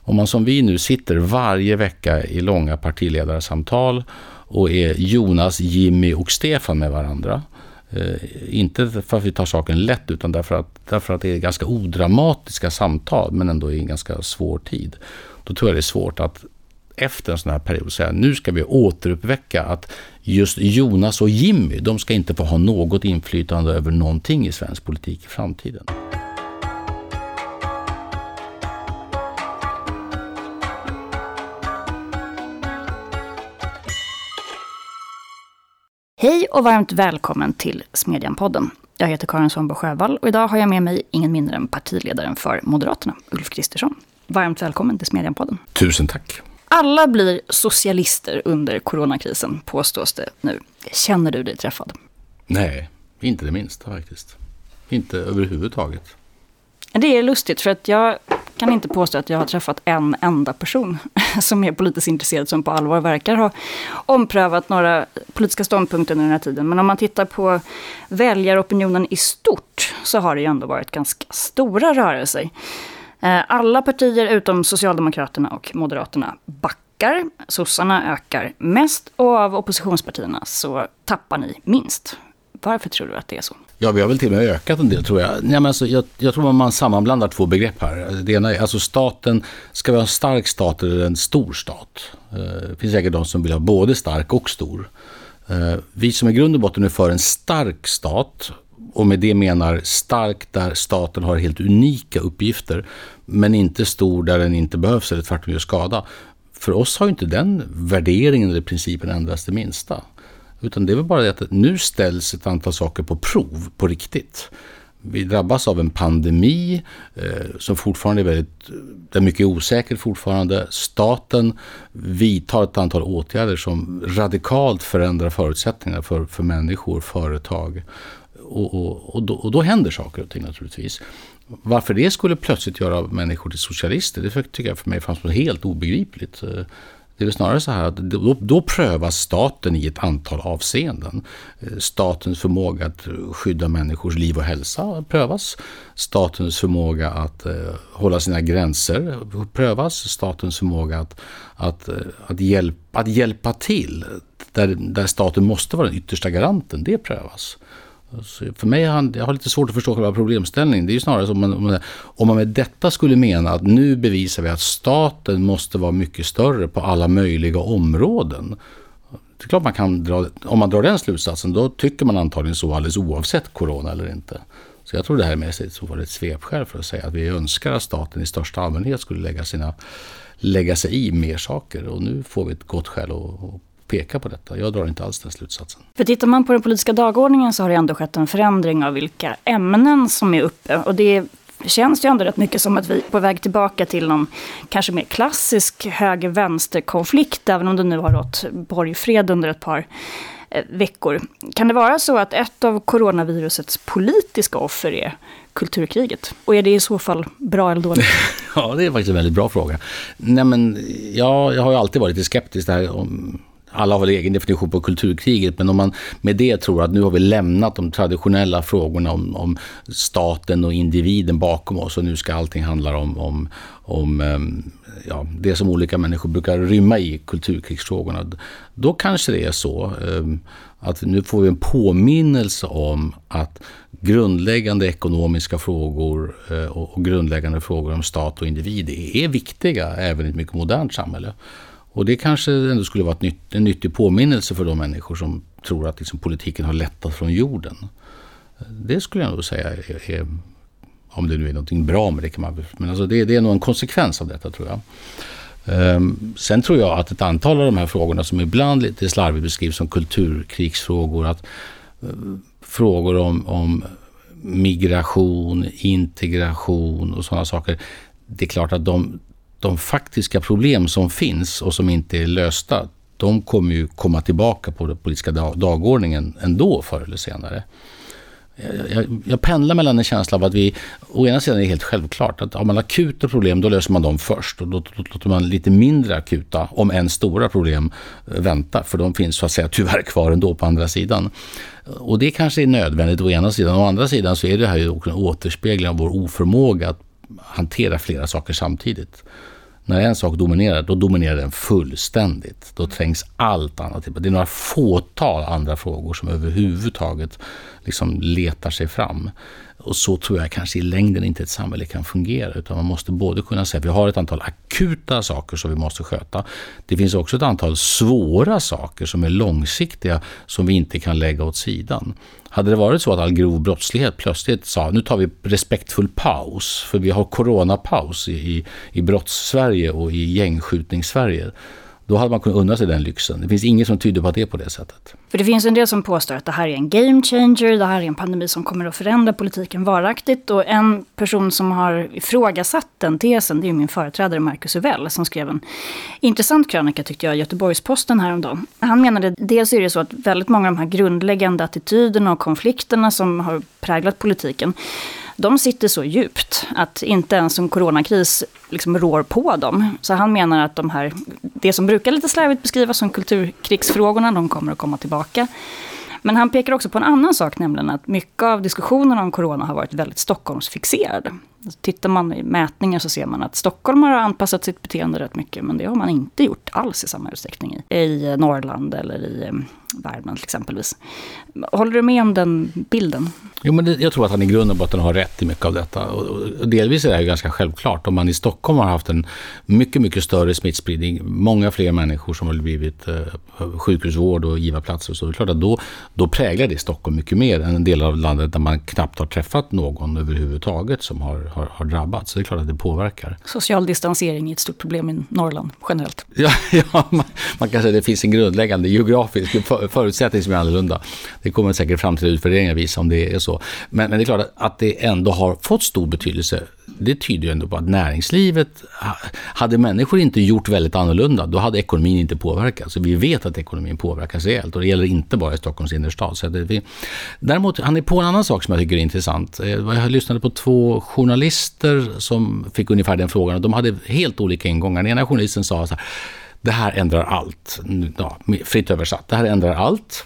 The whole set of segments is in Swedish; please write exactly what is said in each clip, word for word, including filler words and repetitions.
Om man som vi nu sitter varje vecka i långa partiledarsamtal och är Jonas, Jimmy och Stefan med varandra, eh, inte för att vi tar saken lätt utan därför att, därför att det är ganska odramatiska samtal men ändå i en ganska svår tid, då tror jag det är svårt att efter en sån här period säga nu ska vi återuppväcka att just Jonas och Jimmy, de ska inte få ha något inflytande över någonting i svensk politik i framtiden. Hej och varmt välkommen till Smedjan-podden. Jag heter Karin Svanborg Sjöwall och idag har jag med mig ingen mindre än partiledaren för Moderaterna, Ulf Kristersson. Varmt välkommen till Smedjan-podden. Tusen tack. Alla blir socialister under coronakrisen, påstås det nu. Känner du dig träffad? Nej, inte det minsta faktiskt. Inte överhuvudtaget. Det är lustigt för att jag kan inte påstå att jag har träffat en enda person som är politiskt intresserad som på allvar verkar ha omprövat några politiska ståndpunkter under den här tiden. Men om man tittar på väljaropinionen i stort så har det ju ändå varit ganska stora rörelser. Alla partier utom Socialdemokraterna och Moderaterna backar. Sossarna ökar mest och av oppositionspartierna så tappar ni minst. Varför tror du att det är så? Ja, vi har väl till och med ökat en del tror jag. Nej, men alltså, jag, jag tror att man sammanblandar två begrepp här. Det ena är alltså staten, ska vi ha en stark stat eller en stor stat? Det finns säkert de som vill ha både stark och stor. Vi som i grund och botten är för en stark stat och med det menar stark där staten har helt unika uppgifter men inte stor där den inte behövs eller tvärtom gör skada. För oss har ju inte den värderingen eller principen ändrats det minsta. Utan det är väl bara det att nu ställs ett antal saker på prov på riktigt. Vi drabbas av en pandemi eh, som fortfarande är väldigt, det är mycket osäkert fortfarande. Staten vidtar ett antal åtgärder som radikalt förändrar förutsättningarna för, för människor, företag. Och, och, och, då, och då händer saker och ting naturligtvis. Varför det skulle plötsligt göra människor till socialister, det tycker jag för mig fanns helt obegripligt. Det är väl snarare så här att då, då prövas staten i ett antal avseenden. Statens förmåga att skydda människors liv och hälsa prövas. Statens förmåga att eh, hålla sina gränser prövas. Statens förmåga att, att, att, hjälp, att hjälpa till där, där staten måste vara den yttersta garanten, det prövas. Så för mig har jag har lite svårt att förstå själva problemställningen. Det är ju snarare som om man, om man med detta skulle mena att nu bevisar vi att staten måste vara mycket större på alla möjliga områden. Det är klart man kan dra, om man drar den slutsatsen då tycker man antagligen så alldeles oavsett corona eller inte. Så jag tror det här är med sig så var det ett svepskäl för att säga att vi önskar att staten i största allmänhet skulle lägga, sina, lägga sig i mer saker och nu får vi ett gott skäl att peka på detta. Jag drar inte alls den slutsatsen. För tittar man på den politiska dagordningen så har det ändå skett en förändring av vilka ämnen som är uppe. Och det känns ju ändå rätt mycket som att vi är på väg tillbaka till någon kanske mer klassisk höger-vänster-konflikt, även om det nu har rått borgfred under ett par eh, veckor. Kan det vara så att ett av coronavirusets politiska offer är kulturkriget? Och är det i så fall bra eller dåligt? Ja, det är faktiskt en väldigt bra fråga. Nej, men, ja, jag har ju alltid varit lite skeptisk där om alla har väl egen definition på kulturkriget, men om man med det tror att nu har vi lämnat de traditionella frågorna om, om staten och individen bakom oss och nu ska allting handla om, om, om ja, det som olika människor brukar rymma i kulturkrigsfrågorna, då kanske det är så att nu får vi en påminnelse om att grundläggande ekonomiska frågor och grundläggande frågor om stat och individ är viktiga även i ett mycket modernt samhälle. Och det kanske ändå skulle vara ett nytt, en nyttig påminnelse för de människor som tror att liksom politiken har lättat från jorden. Det skulle jag nog säga är, är om det nu är någonting bra med det kan man, men alltså det, det är nog en konsekvens av detta tror jag. Um, sen tror jag att ett antal av de här frågorna som ibland lite slarvigt beskrivs som kulturkrigsfrågor, att uh, frågor om, om migration, integration och sådana saker, det är klart att de de faktiska problem som finns och som inte är lösta, de kommer ju komma tillbaka på den politiska dagordningen ändå förr eller senare. Jag, jag, jag pendlar mellan en känsla av att vi, å ena sidan är det helt självklart att har man akuta problem då löser man dem först och då, då, då låter man lite mindre akuta, om än stora problem, vänta, för de finns så att säga tyvärr kvar ändå på andra sidan. Och det kanske är nödvändigt å ena sidan, å andra sidan så är det här ju också en återspegling av vår oförmåga att hantera flera saker samtidigt. När en sak dominerar, då dominerar den fullständigt. Då trängs allt annat. Det är några fåtal andra frågor som överhuvudtaget liksom letar sig fram. Och så tror jag kanske i längden inte ett samhälle kan fungera. Utan man måste både kunna säga att vi har ett antal akuta saker som vi måste sköta. Det finns också ett antal svåra saker som är långsiktiga som vi inte kan lägga åt sidan. Hade det varit så att all grov brottslighet plötsligt sa nu tar vi respektfull paus för vi har coronapaus i, i, i brotts-Sverige och i gängskjutnings-Sverige, då hade man kunnat unna sig den lyxen. Det finns inget som tyder på att det är på det sättet. För det finns en del som påstår att det här är en game changer, det här är en pandemi som kommer att förändra politiken varaktigt. Och en person som har ifrågasatt den tesen, det är min företrädare Marcus Uvell som skrev en intressant krönika tyckte jag i Göteborgs-Posten häromdagen. Han menade dels är det så att väldigt många av de här grundläggande attityderna och konflikterna som har präglat politiken, de sitter så djupt att inte ens en coronakris liksom rår på dem. Så han menar att de här, det som brukar lite slarvigt beskrivas som kulturkrigsfrågorna, de kommer att komma tillbaka. Men han pekar också på en annan sak, nämligen att mycket av diskussionen om corona har varit väldigt Stockholmsfixerad. Tittar man i mätningar så ser man att Stockholm har anpassat sitt beteende rätt mycket, men det har man inte gjort alls i samma utsträckning i, i Norrland eller i Värmland till exempelvis. Håller du med om den bilden? Jo, men det, jag tror att han i grund och botten har rätt i mycket av detta. Och, och delvis är det ju ganska självklart. Om man i Stockholm har haft en mycket, mycket större smittspridning, många fler människor som har blivit eh, sjukhusvård och givarplatser och så, det är klart att då, då präglar det Stockholm mycket mer än en del av landet där man knappt har träffat någon överhuvudtaget som har, har, har drabbats. Så det är klart att det påverkar. Social distansering är ett stort problem i Norrland generellt. Ja, ja man, man kan säga att det finns en grundläggande geografisk för, förutsättning som är annorlunda. Det kommer säkert fram till utvärderingar visa om det är så. Men, men det är klart att det ändå har fått stor betydelse. Det tyder ju ändå på att näringslivet, hade människor inte gjort väldigt annorlunda, då hade ekonomin inte påverkats. Så vi vet att ekonomin påverkas rejält och det gäller inte bara i Stockholms innerstad. Så det, vi, däremot, han är på en annan sak som jag tycker är intressant. Jag lyssnade på två journalister som fick ungefär den frågan och de hade helt olika ingångar. Den ena journalisten sa så här: det här ändrar allt. Ja, fritt översatt. Det här ändrar allt.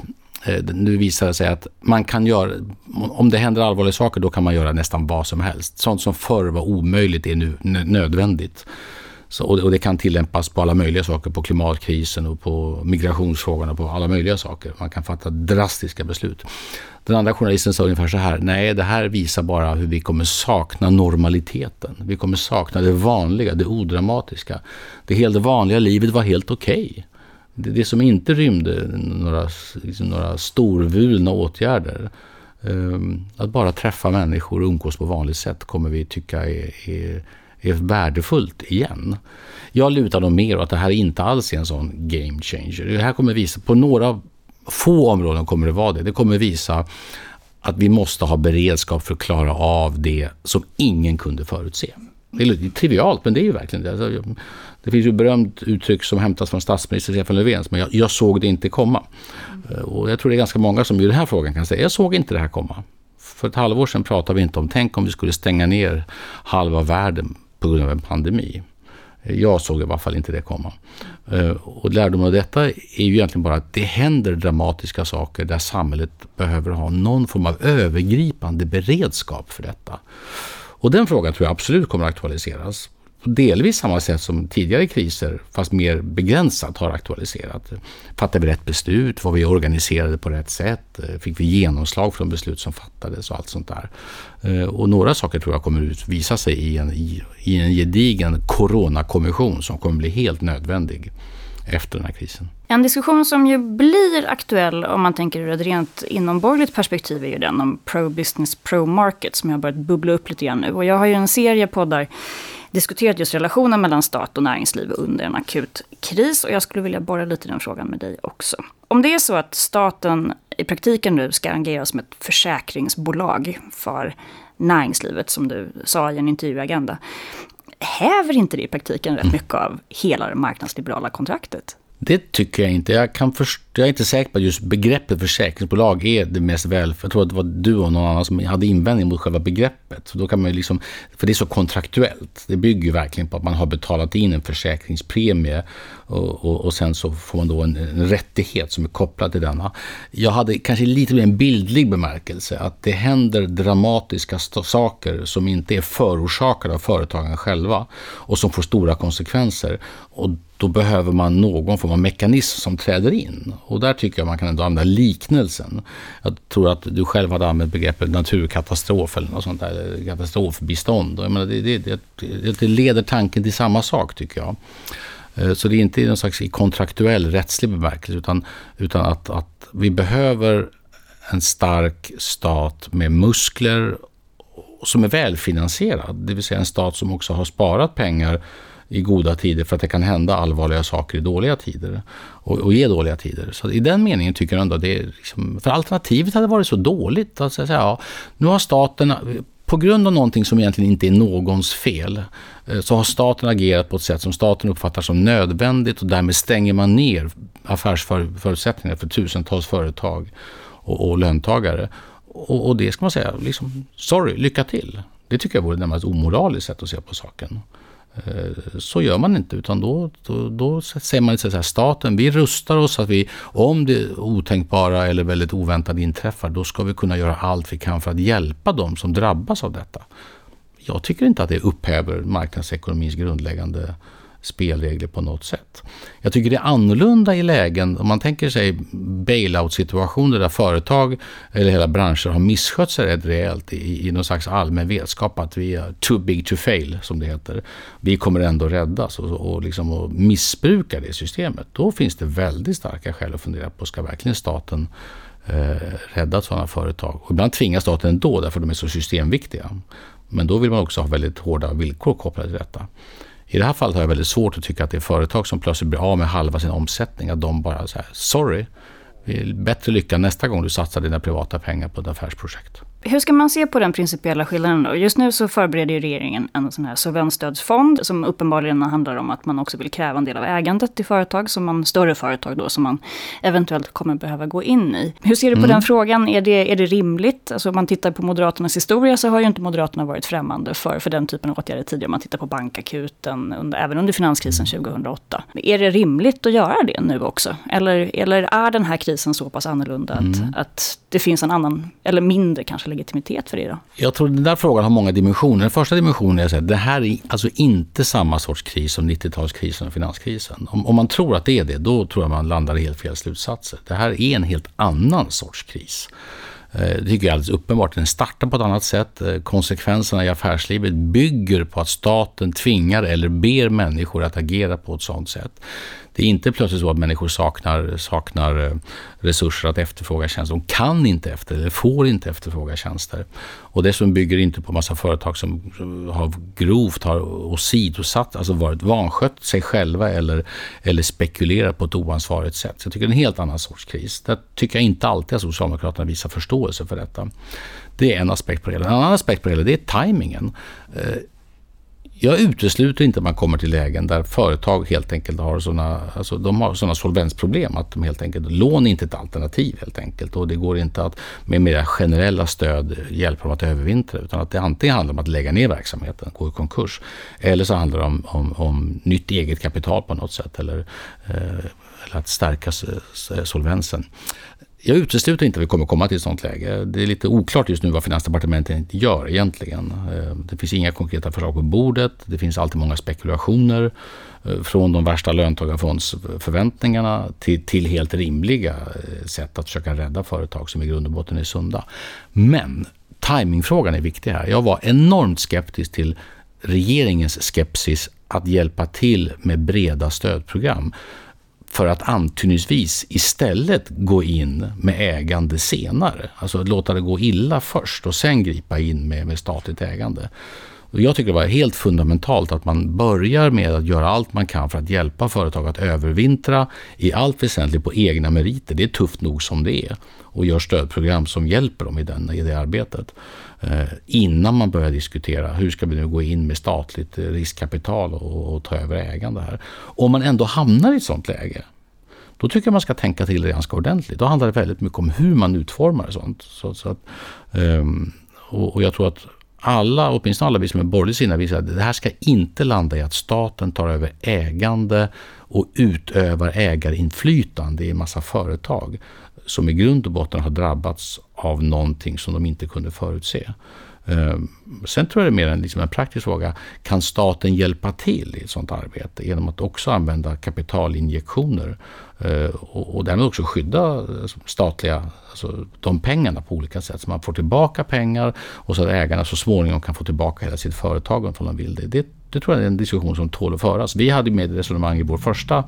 Nu visar det sig att man kan göra, om det händer allvarliga saker, då kan man göra nästan vad som helst. Sånt som förr var omöjligt är nu nödvändigt. Så, och det kan tillämpas på alla möjliga saker, på klimatkrisen och på migrationsfrågorna, på alla möjliga saker. Man kan fatta drastiska beslut. Den andra journalisten sa ungefär så här: nej, det här visar bara hur vi kommer sakna normaliteten. Vi kommer sakna det vanliga, det odramatiska. Det helt vanliga livet var helt okej. Okay. Det, det som inte rymde några, liksom några storvulna åtgärder. Um, att bara träffa människor och umgås på vanligt sätt kommer vi tycka är, är, är värdefullt igen. Jag lutar nog mer att det här inte alls är en sån game changer. Det här kommer visa, på några få områden kommer det vara det. Det kommer visa att vi måste ha beredskap för att klara av det som ingen kunde förutse. Det är trivialt, men det är ju verkligen det. Det finns ju berömt uttryck som hämtas från statsminister Stefan Löfven, men jag, jag såg det inte komma. Mm. Och jag tror det är ganska många som i den här frågan kan säga, jag såg inte det här komma. För ett halvår sedan pratade vi inte om, tänk om vi skulle stänga ner halva världen på grund av en pandemi. Jag såg i alla fall inte det komma. Mm. Och lärdomen av detta är ju egentligen bara att det händer dramatiska saker där samhället behöver ha någon form av övergripande beredskap för detta. Och den frågan tror jag absolut kommer att aktualiseras. På delvis samma sätt som tidigare kriser, fast mer begränsat, har aktualiserat. Fattar vi rätt beslut? Var vi organiserade på rätt sätt? Fick vi genomslag för de beslut som fattades och allt sånt där? Och några saker tror jag kommer att visa sig i en, i, i en gedigen coronakommission som kommer bli helt nödvändig efter den här krisen. En diskussion som ju blir aktuell om man tänker ur ett rent inomborgerligt perspektiv är ju den om pro-business, pro-market som jag har börjat bubbla upp lite grann nu. Och jag har ju en serie poddar diskuterat just relationen mellan stat och näringsliv under en akut kris och jag skulle vilja borra lite i den frågan med dig också. Om det är så att staten i praktiken nu ska agera som ett försäkringsbolag för näringslivet, som du sa i en intervjuagenda, häver inte det i praktiken rätt mycket av hela det marknadsliberala kontraktet? Det tycker jag inte. Jag kan förstå jag är inte säker på att just begreppet försäkringsbolag är det mest väl. Jag tror att det var du och någon annan som hade invändning mot själva begreppet. Så då kan man ju liksom, för det är så kontraktuellt. Det bygger ju verkligen på att man har betalat in en försäkringspremie och, och, och sen så får man då en, en rättighet som är kopplad till denna. Jag hade kanske lite mer en bildlig bemärkelse att det händer dramatiska st- saker som inte är förorsakade av företagen själva och som får stora konsekvenser, och då behöver man någon form av mekanism som träder in. Och där tycker jag man kan ändå använda liknelsen. Jag tror att du själv hade använt begreppet naturkatastrof eller något sånt där, katastrofbistånd. Jag menar, det, det, det, det leder tanken till samma sak, tycker jag. Så det är inte någon slags kontraktuell rättslig bemärkelse, utan, utan att, att vi behöver en stark stat med muskler som är välfinansierad. Det vill säga en stat som också har sparat pengar i goda tider, för att det kan hända allvarliga saker i dåliga tider och, och ge dåliga tider. Så i den meningen tycker jag ändå att det är liksom, för alternativet hade varit så dåligt att säga, ja, nu har staten på grund av någonting som egentligen inte är någons fel, så har staten agerat på ett sätt som staten uppfattar som nödvändigt, och därmed stänger man ner affärsförutsättningar för tusentals företag och, och löntagare. Och, och det ska man säga, liksom, sorry, lycka till. Det tycker jag vore det närmast omoraliskt sätt att se på saken. Så gör man inte, utan då, då, då säger man så här, staten, vi rustar oss så att vi, om det otänkbara eller väldigt oväntade inträffar, då ska vi kunna göra allt vi kan för att hjälpa dem som drabbas av detta. Jag tycker inte att det upphäver marknadsekonomins grundläggande spelregler på något sätt. Jag tycker det är annorlunda i lägen, om man tänker sig bailout-situationer där företag eller hela branscher har misskött sig rätt rejält i, i någon slags allmän vetskap att vi är too big to fail, som det heter. Vi kommer ändå räddas och, och, liksom, och missbruka det systemet. Då finns det väldigt starka skäl att fundera på, ska verkligen staten eh, rädda sådana företag? Och ibland tvingas staten ändå därför de är så systemviktiga. Men då vill man också ha väldigt hårda villkor kopplade till detta. I det här fallet har jag väldigt svårt att tycka att det är företag som plötsligt blir av med halva sin omsättning, att de bara säger sorry, vi är bättre lycka nästa gång du satsar dina privata pengar på ett affärsprojekt. Hur ska man se på den principiella skillnaden då? Just nu så förbereder ju regeringen en sån här solvensstödsfond som uppenbarligen handlar om att man också vill kräva en del av ägandet i företag, som man, större företag då, som man eventuellt kommer behöva gå in i. Hur ser du på mm. den frågan? Är det, är det rimligt? Alltså om man tittar på Moderaternas historia så har ju inte Moderaterna varit främmande för, för den typen av åtgärder tidigare. Om man tittar på bankakuten, under, även under finanskrisen tjugohundraåtta. Är det rimligt att göra det nu också? Eller, eller är den här krisen så pass annorlunda att, mm. att det finns en annan, eller mindre kanske, legitimitet för det då? Jag tror att den där frågan har många dimensioner. Den första dimensionen är att det här är alltså inte samma sorts kris som nittiotalskrisen och finanskrisen. Om, om man tror att det är det, då tror jag man landar i helt fel slutsatser. Det här är en helt annan sorts kris. Det tycker jag är alldeles uppenbart. Den startar på ett annat sätt. Konsekvenserna i affärslivet bygger på att staten tvingar eller ber människor att agera på ett sådant sätt. Det är inte plötsligt så att människor saknar, saknar resurser att efterfråga tjänster. De kan inte efter eller får inte efterfråga tjänster. Och dessutom bygger inte på massa företag som har grovt har åsidosatt, alltså varit vanskött sig själva eller, eller spekulerat på ett oansvarigt sätt. Så jag tycker det är en helt annan sorts kris. Där tycker jag inte alltid att Socialdemokraterna visar förståelse för detta. Det är en aspekt på det. En annan aspekt på det, det är tajmingen. Jag utesluter inte att man kommer till lägen där företag helt enkelt har sådana, alltså de har sådana solvensproblem att de helt enkelt, lån är inte ett alternativ helt enkelt, och det går inte att med mer generella stöd hjälpa dem att övervintra, utan att det antingen handlar om att lägga ner verksamheten, gå i konkurs, eller så handlar det om, om, om nytt eget kapital på något sätt, eller, eh, eller att stärka solvensen. Jag utesluter inte att vi kommer komma till ett sådant läge. Det är lite oklart just nu vad Finansdepartementet gör egentligen. Det finns inga konkreta förslag på bordet. Det finns alltid många spekulationer från de värsta löntagarfondsförväntningarna till, till helt rimliga sätt att försöka rädda företag som i grund och botten är sunda. Men timingfrågan är viktig här. Jag var enormt skeptisk till regeringens skepsis att hjälpa till med breda stödprogram, för att antydningsvis istället gå in med ägande senare. Alltså låta det gå illa först och sen gripa in med, med statligt ägande. Och jag tycker det var helt fundamentalt att man börjar med att göra allt man kan för att hjälpa företag att övervintra i allt väsentligt på egna meriter. Det är tufft nog som det är. Och gör stödprogram som hjälper dem i, den, i det arbetet. Eh, innan man börjar diskutera hur ska vi nu gå in med statligt riskkapital och, och ta över ägande här. Om man ändå hamnar i ett sånt läge, då tycker jag man ska tänka till det ganska ordentligt. Då handlar det väldigt mycket om hur man utformar sånt. Så, så att, um, och, och jag tror att alla, åtminstone alla vi som är borgerligt sinnade, visar att det här ska inte landa i att staten tar över ägande och utövar ägarinflytande i en massa företag som i grund och botten har drabbats av någonting som de inte kunde förutse. Sen tror jag det är mer en, liksom en praktisk fråga. Kan staten hjälpa till i ett sådant arbete genom att också använda kapitalinjektioner och, och därmed också skydda statliga, alltså de pengarna på olika sätt, så man får tillbaka pengar och så att ägarna så småningom kan få tillbaka hela sitt företag om de vill det. Det, det tror jag är en diskussion som tål att föras. Vi hade med resonemang i vår första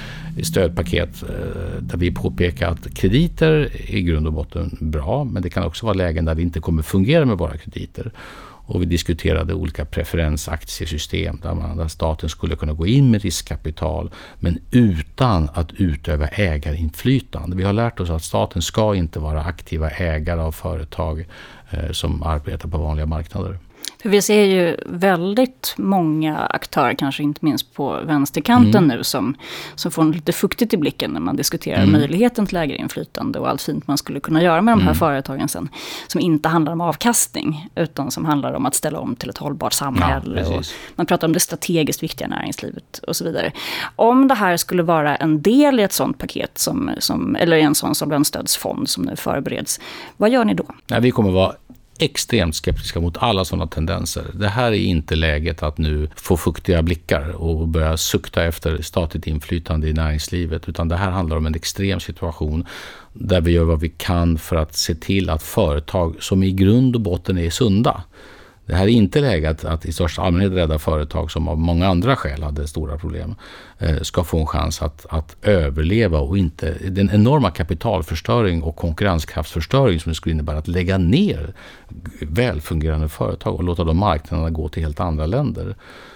stödpaket där vi påpekar att krediter är i grund och botten bra, men det kan också vara lägen där det inte kommer fungera med våra krediter. Och vi diskuterade olika preferensaktiesystem där, man, där staten skulle kunna gå in med riskkapital men utan att utöva ägarinflytande. Vi har lärt oss att staten ska inte vara aktiva ägare av företag eh, som arbetar på vanliga marknader. För vi ser ju väldigt många aktörer, kanske inte minst på vänsterkanten mm. nu, som, som får lite fuktigt i blicken när man diskuterar mm. möjligheten till ägarinflytande och allt fint man skulle kunna göra med de här mm. företagen sen. Som inte handlar om avkastning, utan som handlar om att ställa om till ett hållbart samhälle. Ja, och man pratar om det strategiskt viktiga näringslivet och så vidare. Om det här skulle vara en del i ett sånt paket, som, som, eller i en sån solvensstödsfond som nu förbereds, vad gör ni då? Nej, vi kommer vara extremt skeptiska mot alla sådana tendenser. Det här är inte läget att nu få fuktiga blickar och börja sukta efter statligt inflytande i näringslivet, utan det här handlar om en extrem situation där vi gör vad vi kan för att se till att företag som i grund och botten är sunda. Det här är inte läget att i största allmänhet rädda företag som av många andra skäl hade stora problem ska få en chans att, att överleva och inte den enorma kapitalförstöring och konkurrenskraftsförstöring som det skulle innebära att lägga ner välfungerande företag och låta de marknaderna gå till helt andra länder.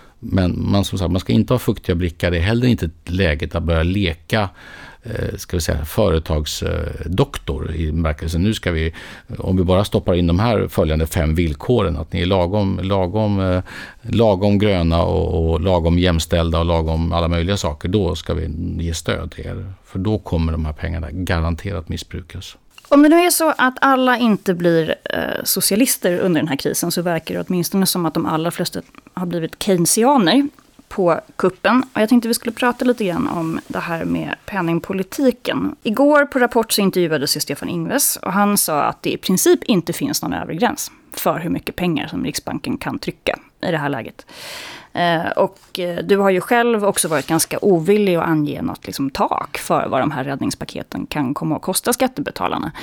Men man, som sagt, man ska inte ha fuktiga blickar. Det är heller inte läget att börja leka ska vi säga, företagsdoktor i märkelsen. Nu ska vi, om vi bara stoppar in de här följande fem villkoren, att ni är lagom, lagom, lagom gröna och, och lagom jämställda och lagom alla möjliga saker, då ska vi ge stöd till er. För då kommer de här pengarna garanterat missbrukas. Om det nu är så att alla inte blir eh, socialister under den här krisen, så verkar det åtminstone som att de allra flesta har blivit keynesianer på kuppen. Och jag tänkte vi skulle prata lite grann om det här med penningpolitiken. Igår på Rapport så intervjuades ju Stefan Ingves och han sa att det i princip inte finns någon övre gräns för hur mycket pengar som Riksbanken kan trycka i det här läget. Eh, och eh, du har ju själv också varit ganska ovillig att ange något liksom, tak för vad de här räddningspaketen kan komma att kosta skattebetalarna.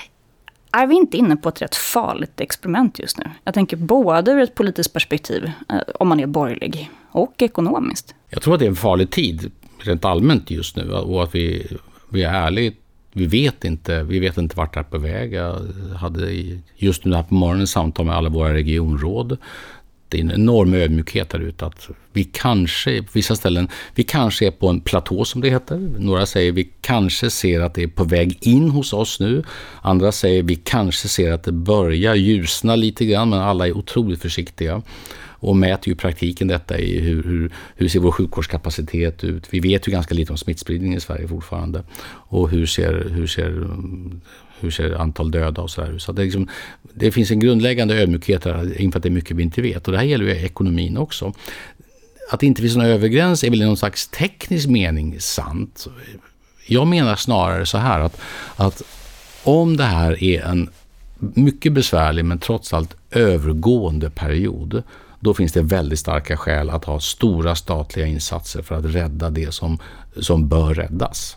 Är vi inte inne på ett rätt farligt experiment just nu? Jag tänker både ur ett politiskt perspektiv, eh, om man är borgerlig, och ekonomiskt. Jag tror att det är en farlig tid rent allmänt just nu och att vi, vi är ärliga. Vi vet inte, vi vet inte vart det är på väg. Jag hade just nu här på morgonen samtal med alla våra regionråd. Det är en enorm ödmjukhet där ute att vi kanske, på vissa ställen, vi kanske är på en platå som det heter. Några säger vi kanske ser att det är på väg in hos oss nu. Andra säger vi kanske ser att det börjar ljusna lite grann, men alla är otroligt försiktiga. Och mäter ju praktiken detta i hur, hur, hur ser vår sjukvårdskapacitet ut. Vi vet ju ganska lite om smittspridning i Sverige fortfarande. Och hur ser, hur ser, hur ser antal döda och sådär. Så det, är liksom, det finns en grundläggande ödmjukhet inför att det är mycket vi inte vet. Och det här gäller ju ekonomin också. Att det inte finns någon övergräns är väl i någon slags teknisk mening sant. Jag menar snarare så här att, att om det här är en mycket besvärlig men trots allt övergående period, då finns det väldigt starka skäl att ha stora statliga insatser för att rädda det som, som bör räddas.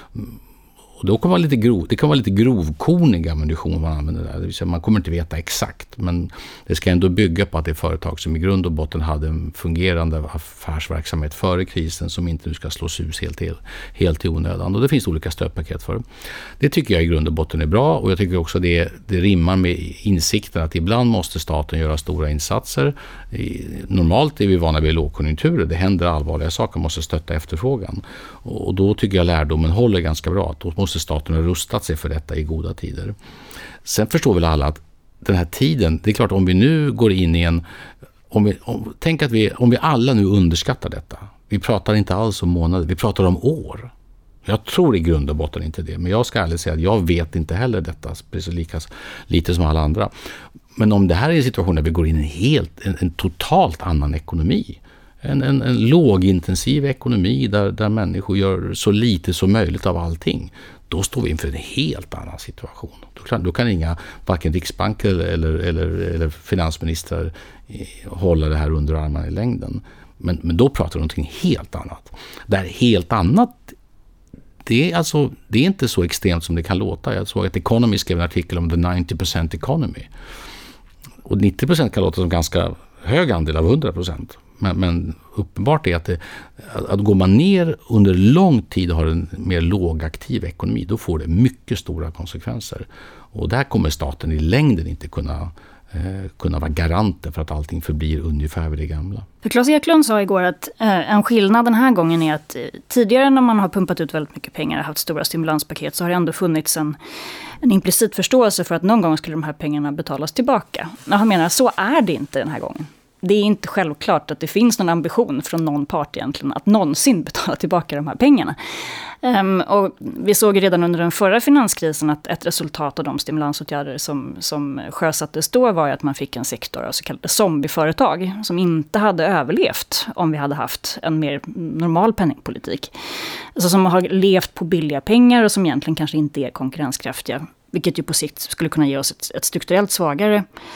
Och då kan vara lite grov, det kan vara lite grovkornig ammunition man använder där. Det vill säga man kommer inte veta exakt, men det ska ändå bygga på att det är företag som i grund och botten hade en fungerande affärsverksamhet före krisen som inte nu ska slås ut helt, helt, helt i onödan. Och det finns olika stödpaket för. Det tycker jag i grund och botten är bra, och jag tycker också det, det rimmar med insikten att ibland måste staten göra stora insatser. Normalt är vi vana vid lågkonjunkturer, det händer allvarliga saker, man måste stötta efterfrågan. Och då tycker jag lärdomen håller ganska bra. Då måste staten ha rustat sig för detta i goda tider. Sen förstår väl alla att den här tiden, det är klart om vi nu går in i en, om vi, om, tänk att vi, om vi alla nu underskattar detta, vi pratar inte alls om månader, vi pratar om år. Jag tror i grund och botten inte det. Men jag ska ärligt säga att jag vet inte heller detta. Precis lika lite som alla andra. Men om det här är en situation där vi går in i en, helt, en, en totalt annan ekonomi. En, en, en lågintensiv ekonomi där, där människor gör så lite som möjligt av allting. Då står vi inför en helt annan situation. Då kan, då kan inga, varken riksbanker eller, eller, eller, eller finansministrar hålla det här under armarna i längden. Men, men då pratar vi om någonting helt annat. Det här helt annat, det är, alltså, det är inte så extremt som det kan låta. Jag såg att Economy skrev en artikel om the ninety percent economy. Och nittio procent kan låta som ganska hög andel av hundra procent. Men, men uppenbart är att, det, att går man ner under lång tid och har en mer lågaktiv ekonomi, då får det mycket stora konsekvenser. Och där kommer staten i längden inte kunna, eh, kunna vara garanten för att allting förblir ungefär vid det gamla. För Claes Eklund sa igår att eh, en skillnad den här gången är att eh, tidigare när man har pumpat ut väldigt mycket pengar och haft stora stimulanspaket så har det ändå funnits en, en implicit förståelse för att någon gång skulle de här pengarna betalas tillbaka. Och han menar att så är det inte den här gången. Det är inte självklart att det finns någon ambition från någon part egentligen att någonsin betala tillbaka de här pengarna. Um, och vi såg redan under den förra finanskrisen att ett resultat av de stimulansåtgärder som, som sjösattes då var att man fick en sektor av så kallade zombieföretag som inte hade överlevt om vi hade haft en mer normal penningpolitik. Alltså som har levt på billiga pengar och som egentligen kanske inte är konkurrenskraftiga. Vilket ju på sikt skulle kunna ge oss ett, ett strukturellt svagare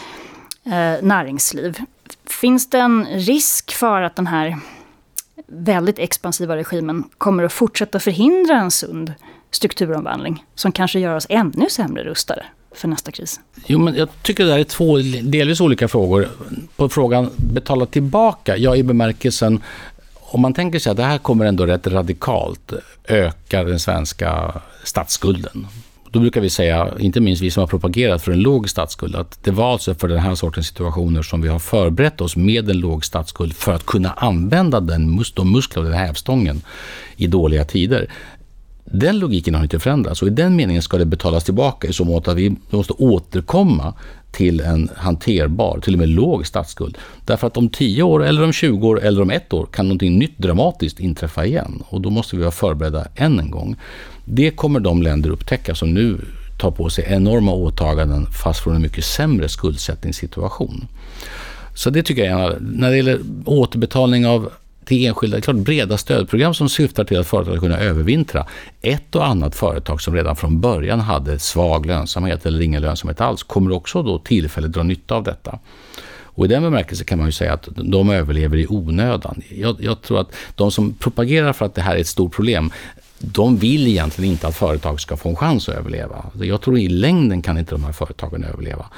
eh, näringsliv. Finns det en risk för att den här väldigt expansiva regimen kommer att fortsätta förhindra en sund strukturomvandling som kanske gör oss ännu sämre rustade för nästa kris? Jo, men jag tycker det här är två delvis olika frågor. På frågan betala tillbaka, ja, i bemärkelsen om man tänker sig att det här kommer ändå rätt radikalt öka den svenska statsskulden. Då brukar vi säga, inte minst vi som har propagerat för en låg statsskuld, att det var alltså för den här sortens situationer som vi har förberett oss med en låg statsskuld för att kunna använda den, de muskler och den hävstången i dåliga tider. Den logiken har inte förändrats och i den meningen ska det betalas tillbaka i så mått att vi måste återkomma till en hanterbar, till och med låg statsskuld. Därför att om tio år eller om tjugo år eller om ett år kan någonting nytt dramatiskt inträffa igen och då måste vi vara förberedda än en gång. Det kommer de länder upptäcka som nu tar på sig enorma åtaganden fast från en mycket sämre skuldsättningssituation. Så det tycker jag, när det gäller återbetalning av till enskilda, klart breda stödprogram som syftar till att företag ska kunna övervintra. Ett och annat företag som redan från början hade svag lönsamhet eller ingen lönsamhet alls kommer också då tillfälligt dra nytta av detta. Och i den bemärkelsen kan man ju säga att de överlever i onödan. Jag, jag tror att de som propagerar för att det här är ett stort problem, de vill egentligen inte att företag ska få en chans att överleva. Jag tror i längden kan inte de här företagen överleva.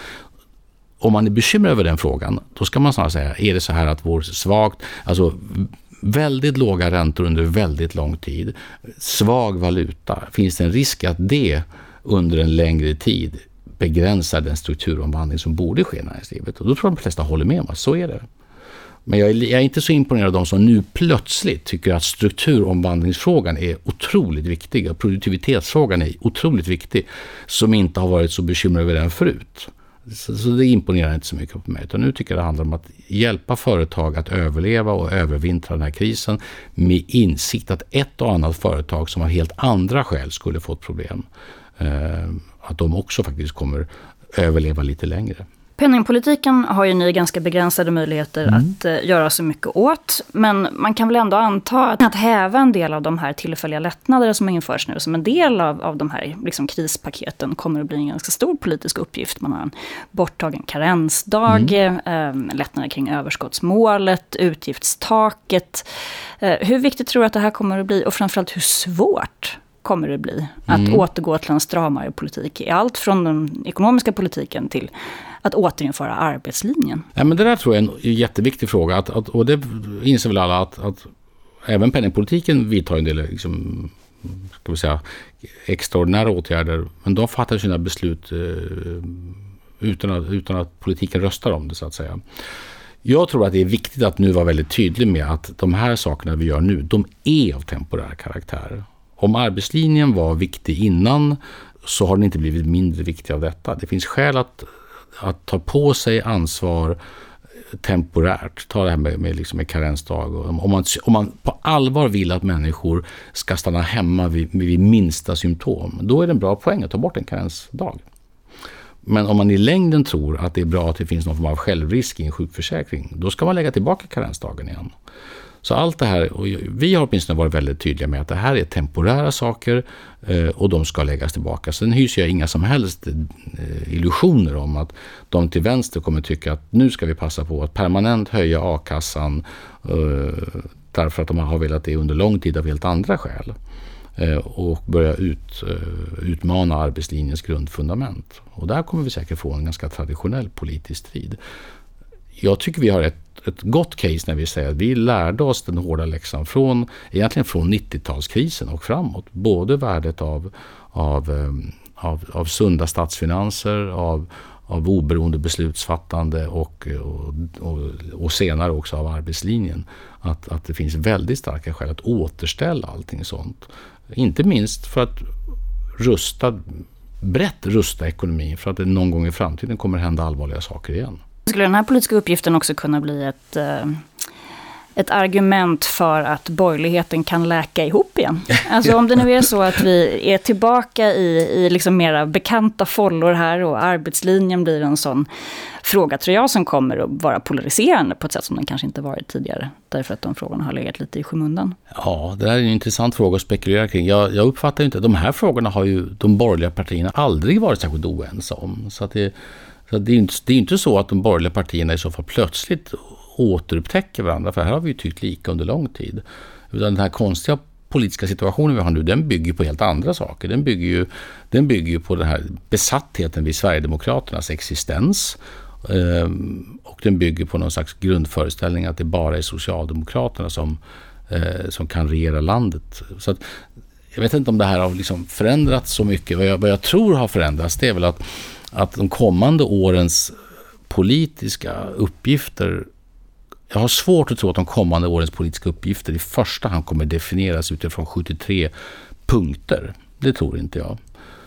Om man är bekymrad över den frågan, då ska man snarare säga, är det så här att vår svagt, alltså väldigt låga räntor under väldigt lång tid, svag valuta, finns det en risk att det under en längre tid begränsar den strukturomvandling som borde ske i näringslivet? Och då tror jag de flesta håller med om att så är det. Men jag är, jag är inte så imponerad av de som nu plötsligt tycker att strukturomvandlingsfrågan är otroligt viktig och produktivitetsfrågan är otroligt viktig, som inte har varit så bekymrade över den förut. Så, så det imponerar inte så mycket på mig. Utan nu tycker jag det handlar om att hjälpa företag att överleva och övervintra den här krisen med insikt att ett och annat företag som av helt andra skäl skulle få ett problem, eh, att de också faktiskt kommer överleva lite längre. Penningpolitiken har ju ni ganska begränsade möjligheter mm. att uh, göra så mycket åt. Men man kan väl ändå anta att, att häva en del av de här tillfälliga lättnader som införs nu som en del av, av de här liksom, krispaketen kommer att bli en ganska stor politisk uppgift. Man har en borttagen karensdag, mm. uh, lättnader kring överskottsmålet, utgiftstaket. Uh, hur viktigt tror du att det här kommer att bli och framförallt hur svårt kommer det bli att mm. återgå till en stramare politik i allt från den ekonomiska politiken till att återinföra arbetslinjen? Ja, men det där tror jag är en jätteviktig fråga att, att, och det inser väl alla att, att även penningpolitiken vidtar en del liksom, ska vi säga, extraordinära åtgärder, men de fattar sina beslut eh, utan, att, utan att politiken röstar om det så att säga. Jag tror att det är viktigt att nu vara väldigt tydlig med att de här sakerna vi gör nu, de är av temporär karaktär. Om arbetslinjen var viktig innan så har den inte blivit mindre viktig av detta. Det finns skäl att, att ta på sig ansvar temporärt. Ta det här med, med, liksom med karensdag. Och om, man, om man på allvar vill att människor ska stanna hemma vid, vid minsta symptom, då är det en bra poäng att ta bort en karensdag. Men om man i längden tror att det är bra att det finns någon form av självrisk i en sjukförsäkring, då ska man lägga tillbaka karensdagen igen. Så allt det här, och vi har åtminstone varit väldigt tydliga med att det här är temporära saker och de ska läggas tillbaka. Sen hyser jag inga som helst illusioner om att de till vänster kommer tycka att nu ska vi passa på att permanent höja a-kassan därför att de har velat det under lång tid av helt andra skäl. Och börja ut, utmana arbetslinjens grundfundament. Och där kommer vi säkert få en ganska traditionell politisk strid. Jag tycker vi har ett, ett gott case när vi säger att vi lärde oss den hårda läxan från, egentligen från nittiotalskrisen och framåt. Både värdet av, av, av, av sunda statsfinanser, av, av oberoende beslutsfattande och, och, och, och senare också av arbetslinjen. Att, att det finns väldigt starka skäl att återställa allting sånt. Inte minst för att rusta, brett rusta ekonomin för att det någon gång i framtiden kommer hända allvarliga saker igen. Skulle den här politiska uppgiften också kunna bli ett, ett argument för att borgerligheten kan läka ihop igen? Alltså om det nu är så att vi är tillbaka i, i liksom mera bekanta follor här och arbetslinjen blir en sån fråga, tror jag, som kommer att vara polariserande på ett sätt som den kanske inte varit tidigare. Därför att de frågorna har legat lite i skymundan. Ja, det här är en intressant fråga att spekulera kring. Jag, jag uppfattar inte, de här frågorna har ju de borgerliga partierna aldrig varit särskilt oense om. Så att det Så det är, inte, det är inte så att de borgerliga partierna i så fall plötsligt återupptäcker varandra, för här har vi ju tyckt lika under lång tid. Utan den här konstiga politiska situationen vi har nu, den bygger på helt andra saker. Den bygger ju, den bygger ju på den här besattheten vid Sverigedemokraternas existens. Eh, och den bygger på någon slags grundföreställning att det bara är Socialdemokraterna som, eh, som kan regera landet. Så att, jag vet inte om det här har liksom förändrats så mycket. Vad jag, vad jag tror har förändrats, det är väl att att de kommande årens politiska uppgifter, jag har svårt att tro att de kommande årens politiska uppgifter i första hand kommer definieras utifrån sjuttiotre punkter. Det tror inte jag.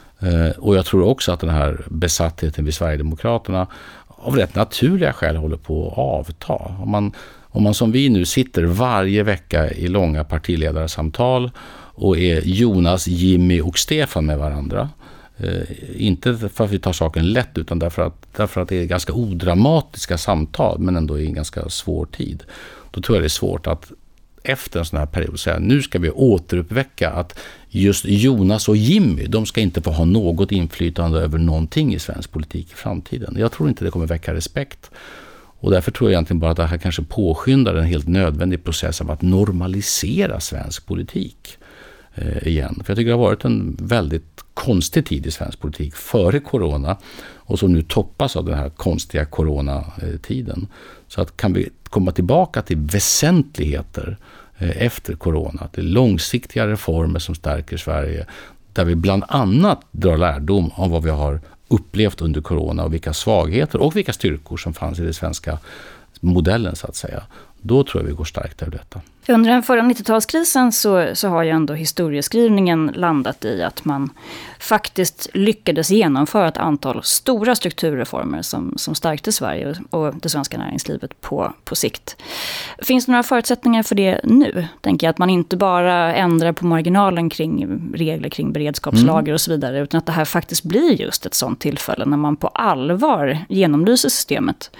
Och jag tror också att den här besattheten vid Sverigedemokraterna av rätt naturliga skäl håller på att avta. Om man, om man som vi nu sitter varje vecka i långa partiledarsamtal och är Jonas, Jimmy och Stefan med varandra, Eh, inte för att vi tar saken lätt, utan därför att, därför att det är ganska odramatiska samtal, men ändå i en ganska svår tid. Då tror jag det är svårt att efter en sån här period säga, nu ska vi återuppväcka att just Jonas och Jimmy, de ska inte få ha något inflytande över någonting i svensk politik i framtiden. Jag tror inte det kommer väcka respekt. Och därför tror jag egentligen bara att det här kanske påskyndar en helt nödvändig process av att normalisera svensk politik eh, igen. För jag tycker det har varit en väldigt konstig tid i svensk politik före corona och som nu toppas av den här konstiga coronatiden. Så att kan vi komma tillbaka till väsentligheter efter corona, till långsiktiga reformer som stärker Sverige, där vi bland annat drar lärdom om vad vi har upplevt under corona och vilka svagheter och vilka styrkor som fanns i den svenska modellen så att säga. Då tror jag vi går starkt över detta. Under den förra nittiotalskrisen så, så har ju ändå historieskrivningen landat i att man faktiskt lyckades genomföra ett antal stora strukturreformer som, som stärkte Sverige och det svenska näringslivet på, på sikt. Finns det några förutsättningar för det nu? Tänker jag att man inte bara ändrar på marginalen kring regler kring beredskapslager mm. och så vidare, utan att det här faktiskt blir just ett sånt tillfälle när man på allvar genomlyser systemet.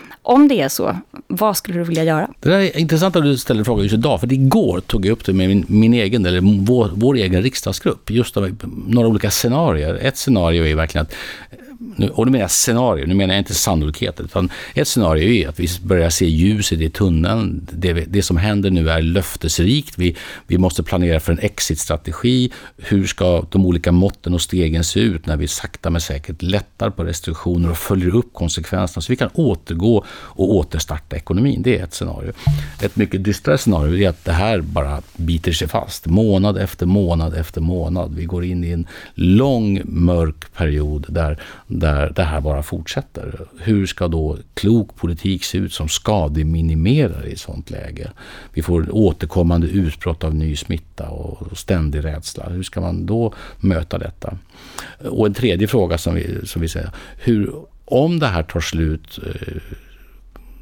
Om det är så, vad skulle du vilja göra? Det är intressant att du ställer frågan just idag, för igår tog jag upp det med min, min egen, eller vår, vår egen riksdagsgrupp, just av några olika scenarier. Ett scenario är verkligen att, nu, och nu menar jag scenario, nu menar jag inte sannolikheter, utan ett scenario är att vi börjar se ljuset i tunneln. Det, det som händer nu är löftesrikt. Vi, vi måste planera för en exit-strategi. Hur ska de olika måtten och stegen se ut när vi sakta men säkert lättar på restriktioner och följer upp konsekvenserna så vi kan återgå och återstarta ekonomin. Det är ett scenario. Ett mycket dystrare scenario är att det här bara biter sig fast. Månad efter månad efter månad. Vi går in i en lång mörk period där där det här bara fortsätter. Hur ska då klok politik se ut som skademinimerar i ett sånt läge? Vi får återkommande utbrott av ny smitta och ständig rädsla. Hur ska man då möta detta? Och en tredje fråga som vi, som vi säger, hur, om det här tar slut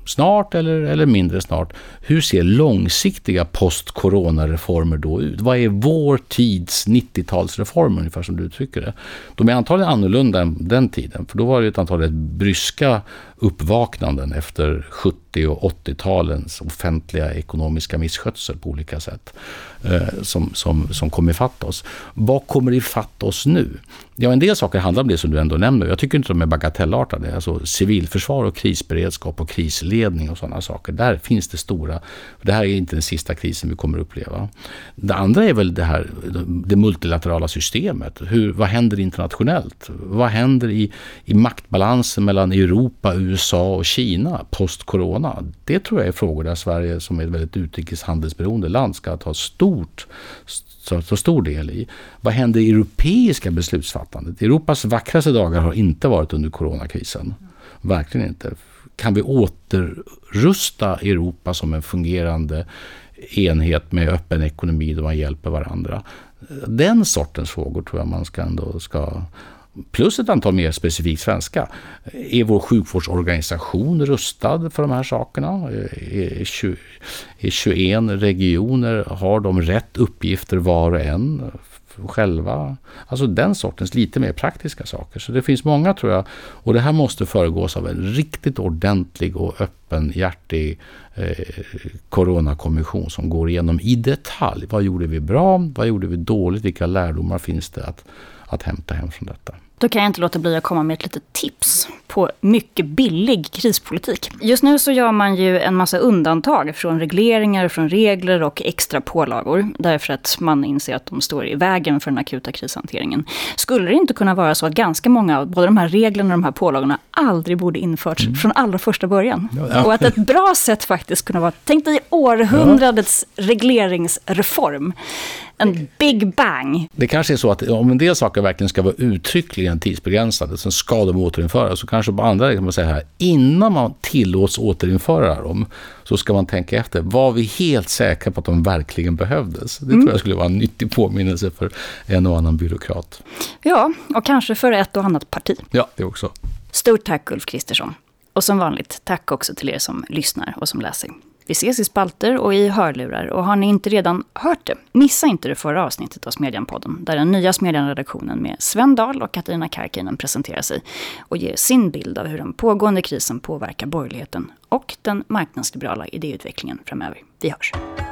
snart eller, eller mindre snart. Hur ser långsiktiga post-corona-reformer då ut? Vad är vår tids nittiotalsreformer, ungefär som du uttrycker det? De är antagligen annorlunda än den tiden, för då var det ett antal rätt bryska uppvaknanden efter sjuttio- och åttiotalens offentliga ekonomiska misskötsel på olika sätt eh, som, som, som kommer ifatt oss. Vad kommer ifatt oss nu? Ja, en del saker handlar om det som du ändå nämner. Jag tycker inte de är bagatellartade. Alltså civilförsvar och krisberedskap och krisledning och sådana saker. Där finns det stora. Det här är inte den sista krisen vi kommer uppleva. Det andra är väl det här, det multilaterala systemet. Hur, vad händer internationellt? Vad händer i, i maktbalansen mellan Europa, U S A och Kina post-corona? Det tror jag är frågor där Sverige, som är ett väldigt utrikeshandelsberoende land, ska ta stort så, så stor del i. Vad händer i europeiska beslutsfattandet? Europas vackraste dagar har inte varit under coronakrisen. Verkligen inte. Kan vi återrusta Europa som en fungerande enhet med öppen ekonomi där man hjälper varandra? Den sortens frågor tror jag man ska ändå ska... Plus ett antal mer specifikt svenska. Är vår sjukvårdsorganisation rustad för de här sakerna? Är tjugoen regioner, har de rätt uppgifter var och en själva? Alltså den sortens lite mer praktiska saker. Så det finns många, tror jag, och det här måste föregås av en riktigt ordentlig och öppenhjärtig eh, coronakommission som går igenom i detalj. Vad gjorde vi bra? Vad gjorde vi dåligt? Vilka lärdomar finns det att, att hämta hem från detta? Då kan jag inte låta bli att komma med ett litet tips på mycket billig krispolitik. Just nu så gör man ju en massa undantag från regleringar, från regler och extra pålagor. Därför att man inser att de står i vägen för den akuta krishanteringen. Skulle det inte kunna vara så att ganska många av både de här reglerna och de här pålagorna aldrig borde införts mm. från allra första början? Ja. Och att ett bra sätt faktiskt kunde vara, tänk dig århundradets ja. regleringsreform. En big bang. Det kanske är så att om en del saker verkligen ska vara uttryckligen tidsbegränsade, så ska de återinföras. Så kanske på andra kan man säga här, innan man tillåts återinföra dem, så ska man tänka efter, var vi helt säkra på att de verkligen behövdes? Det mm. tror jag skulle vara en nyttig påminnelse för en och annan byråkrat. Ja, och kanske för ett och annat parti. Ja, det också. Stort tack Ulf Kristersson. Och som vanligt, tack också till er som lyssnar och som läser. Vi ses i spalter och i hörlurar, och har ni inte redan hört det, missa inte det förra avsnittet av Smedjan-podden, där den nya Smedjan-redaktionen med Sven Dahl och Katarina Karkinen presenterar sig och ger sin bild av hur den pågående krisen påverkar borgerligheten och den marknadsliberala idéutvecklingen framöver. Vi hörs!